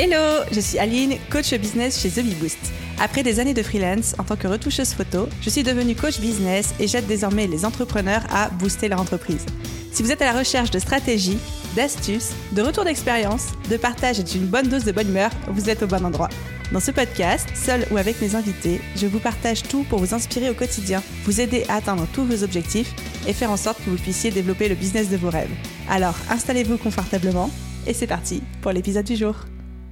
Hello, je suis Aline, coach business chez The Bee Boost. Après des années de freelance en tant que retoucheuse photo, je suis devenue coach business et j'aide désormais les entrepreneurs à booster leur entreprise. Si vous êtes à la recherche de stratégies, d'astuces, de retours d'expérience, de partage et d'une bonne dose de bonne humeur, vous êtes au bon endroit. Dans ce podcast, seul ou avec mes invités, je vous partage tout pour vous inspirer au quotidien, vous aider à atteindre tous vos objectifs et faire en sorte que vous puissiez développer le business de vos rêves. Alors, installez-vous confortablement et c'est parti pour l'épisode du jour.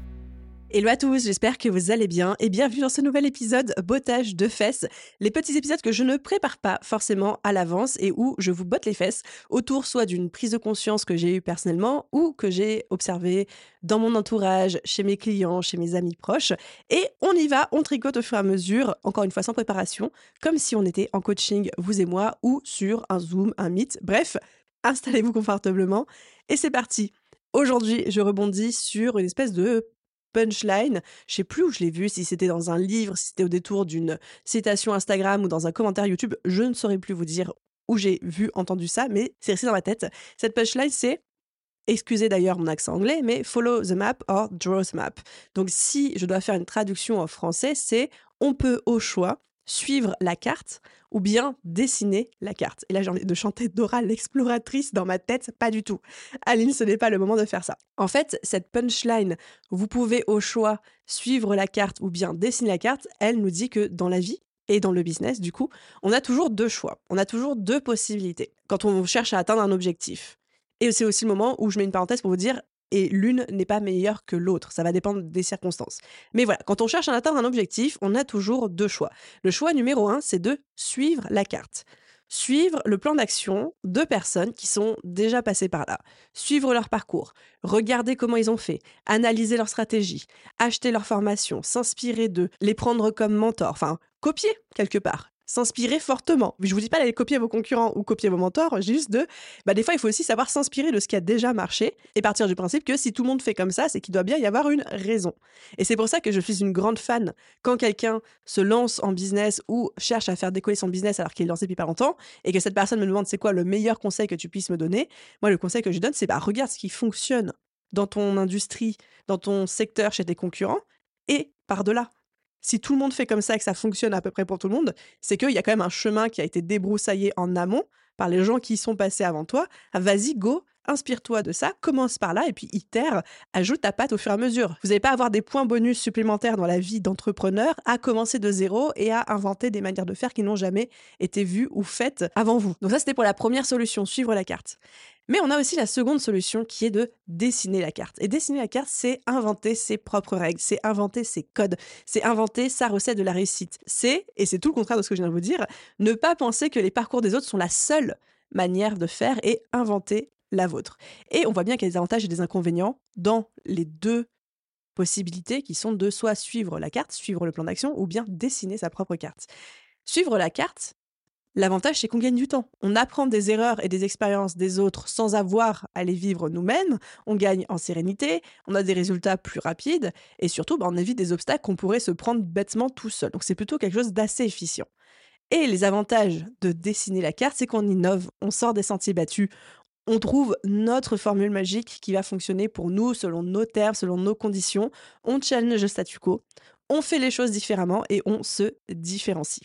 Hello à tous, j'espère que vous allez bien et bienvenue dans ce nouvel épisode bottage de fesses. Les petits épisodes que je ne prépare pas forcément à l'avance et où je vous botte les fesses autour soit d'une prise de conscience que j'ai eue personnellement ou que j'ai observée dans mon entourage, chez mes clients, chez mes amis proches. Et on y va, on tricote au fur et à mesure, encore une fois sans préparation, comme si on était en coaching, vous et moi, ou sur un Zoom, un Meet. Bref, installez-vous confortablement et c'est parti. Aujourd'hui, je rebondis sur une espèce de punchline, je sais plus où je l'ai vu, si c'était dans un livre, si c'était au détour d'une citation Instagram ou dans un commentaire YouTube, je ne saurais plus vous dire où j'ai entendu ça, mais c'est resté dans ma tête. Cette punchline, c'est, excusez d'ailleurs mon accent anglais, mais follow the map or draw the map. Donc si je dois faire une traduction en français, c'est on peut au choix suivre la carte ou bien dessiner la carte. Et là, j'ai envie de chanter Dora l'exploratrice dans ma tête, pas du tout. Aline, ce n'est pas le moment de faire ça. En fait, cette punchline, vous pouvez au choix suivre la carte ou bien dessiner la carte, elle nous dit que dans la vie et dans le business, du coup, on a toujours deux choix, on a toujours deux possibilités quand on cherche à atteindre un objectif. Et c'est aussi le moment où je mets une parenthèse pour vous dire et l'une n'est pas meilleure que l'autre, ça va dépendre des circonstances. Mais voilà, quand on cherche à atteindre un objectif, on a toujours deux choix. Le choix numéro 1, c'est de suivre la carte. Suivre le plan d'action de personnes qui sont déjà passées par là. Suivre leur parcours, regarder comment ils ont fait, analyser leur stratégie, acheter leur formation, s'inspirer d'eux, les prendre comme mentors, enfin, copier quelque part. S'inspirer fortement. Je vous dis pas d'aller copier vos concurrents ou copier vos mentors, juste des fois il faut aussi savoir s'inspirer de ce qui a déjà marché et partir du principe que si tout le monde fait comme ça, c'est qu'il doit bien y avoir une raison. Et c'est pour ça que je suis une grande fan quand quelqu'un se lance en business ou cherche à faire décoller son business alors qu'il est lancé depuis pas longtemps et que cette personne me demande c'est quoi le meilleur conseil que tu puisses me donner. Moi, le conseil que je donne, c'est regarde ce qui fonctionne dans ton industrie, dans ton secteur, chez tes concurrents et par-delà. Si tout le monde fait comme ça et que ça fonctionne à peu près pour tout le monde, c'est qu'il y a quand même un chemin qui a été débroussaillé en amont par les gens qui y sont passés avant toi. Vas-y, go, inspire-toi de ça, commence par là et puis itère, ajoute ta patte au fur et à mesure. Vous n'allez pas avoir des points bonus supplémentaires dans la vie d'entrepreneur à commencer de zéro et à inventer des manières de faire qui n'ont jamais été vues ou faites avant vous. Donc ça, c'était pour la première solution, suivre la carte. Mais on a aussi la seconde solution qui est de dessiner la carte. Et dessiner la carte, c'est inventer ses propres règles, c'est inventer ses codes, c'est inventer sa recette de la réussite. Et c'est tout le contraire de ce que je viens de vous dire, ne pas penser que les parcours des autres sont la seule manière de faire et inventer la vôtre. Et on voit bien qu'il y a des avantages et des inconvénients dans les deux possibilités qui sont de soit suivre la carte, suivre le plan d'action, ou bien dessiner sa propre carte. Suivre la carte, l'avantage, c'est qu'on gagne du temps. On apprend des erreurs et des expériences des autres sans avoir à les vivre nous-mêmes. On gagne en sérénité, on a des résultats plus rapides et surtout, on évite des obstacles qu'on pourrait se prendre bêtement tout seul. Donc, c'est plutôt quelque chose d'assez efficient. Et les avantages de dessiner la carte, c'est qu'on innove, on sort des sentiers battus, on trouve notre formule magique qui va fonctionner pour nous, selon nos termes, selon nos conditions. On challenge le statu quo, on fait les choses différemment et on se différencie.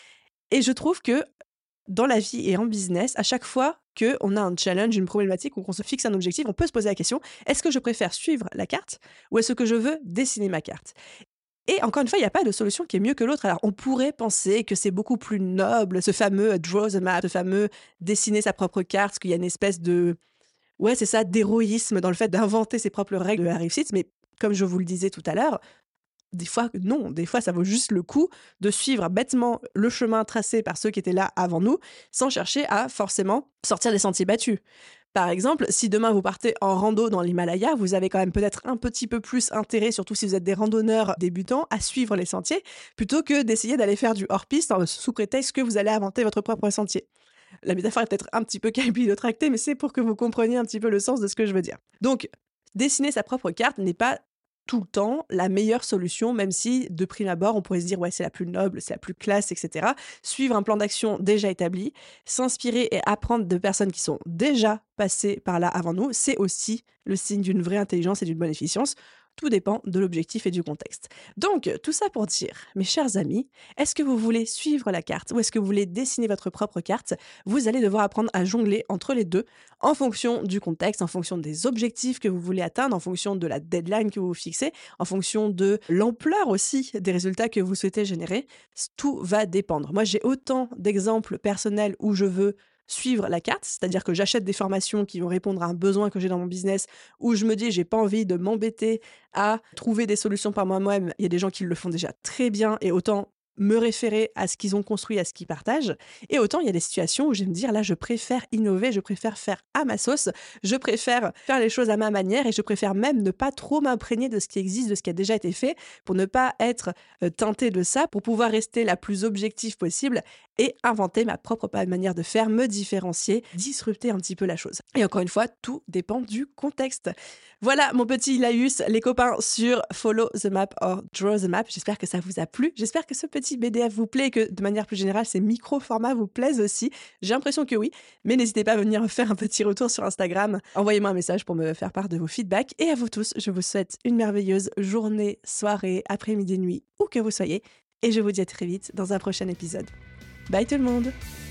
Et je trouve que dans la vie et en business, à chaque fois qu'on a un challenge, une problématique ou qu'on se fixe un objectif, on peut se poser la question, est-ce que je préfère suivre la carte ou est-ce que je veux dessiner ma carte ? Et encore une fois, il n'y a pas de solution qui est mieux que l'autre. Alors, on pourrait penser que c'est beaucoup plus noble, ce fameux draw the map, ce fameux dessiner sa propre carte, parce qu'il y a une espèce de, c'est ça, d'héroïsme dans le fait d'inventer ses propres règles de la réussite. Mais comme je vous le disais tout à l'heure, des fois, non. Des fois, ça vaut juste le coup de suivre bêtement le chemin tracé par ceux qui étaient là avant nous, sans chercher à forcément sortir des sentiers battus. Par exemple, si demain vous partez en rando dans l'Himalaya, vous avez quand même peut-être un petit peu plus intérêt, surtout si vous êtes des randonneurs débutants, à suivre les sentiers, plutôt que d'essayer d'aller faire du hors-piste sous prétexte que vous allez inventer votre propre sentier. La métaphore est peut-être un petit peu capillotractée, mais c'est pour que vous compreniez un petit peu le sens de ce que je veux dire. Donc, dessiner sa propre carte n'est pas tout le temps la meilleure solution, même si de prime abord on pourrait se dire c'est la plus noble, c'est la plus classe, etc. Suivre un plan d'action déjà établi, s'inspirer et apprendre de personnes qui sont déjà passées par là avant nous, c'est aussi le signe d'une vraie intelligence et d'une bonne efficience. Tout dépend de l'objectif et du contexte. Donc, tout ça pour dire, mes chers amis, est-ce que vous voulez suivre la carte ou est-ce que vous voulez dessiner votre propre carte? Vous allez devoir apprendre à jongler entre les deux en fonction du contexte, en fonction des objectifs que vous voulez atteindre, en fonction de la deadline que vous vous fixez, en fonction de l'ampleur aussi des résultats que vous souhaitez générer. Tout va dépendre. Moi, j'ai autant d'exemples personnels où je veux suivre la carte, c'est-à-dire que j'achète des formations qui vont répondre à un besoin que j'ai dans mon business, où je me dis j'ai pas envie de m'embêter à trouver des solutions par moi-même. Il y a des gens qui le font déjà très bien et autant me référer à ce qu'ils ont construit, à ce qu'ils partagent. Et autant il y a des situations où je vais me dire là, je préfère innover, je préfère faire à ma sauce, je préfère faire les choses à ma manière et je préfère même ne pas trop m'imprégner de ce qui existe, de ce qui a déjà été fait pour ne pas être teinté de ça, pour pouvoir rester la plus objective possible et inventer ma propre manière de faire, me différencier, disrupter un petit peu la chose. Et encore une fois, tout dépend du contexte. Voilà mon petit laïus, les copains, sur Follow the Map or Draw the Map. J'espère que ça vous a plu. J'espère que ce petit BDF vous plaît et que de manière plus générale, ces micro-formats vous plaisent aussi. J'ai l'impression que oui, mais n'hésitez pas à venir faire un petit retour sur Instagram. Envoyez-moi un message pour me faire part de vos feedbacks. Et à vous tous, je vous souhaite une merveilleuse journée, soirée, après-midi, nuit, où que vous soyez. Et je vous dis à très vite dans un prochain épisode. Bye tout le monde!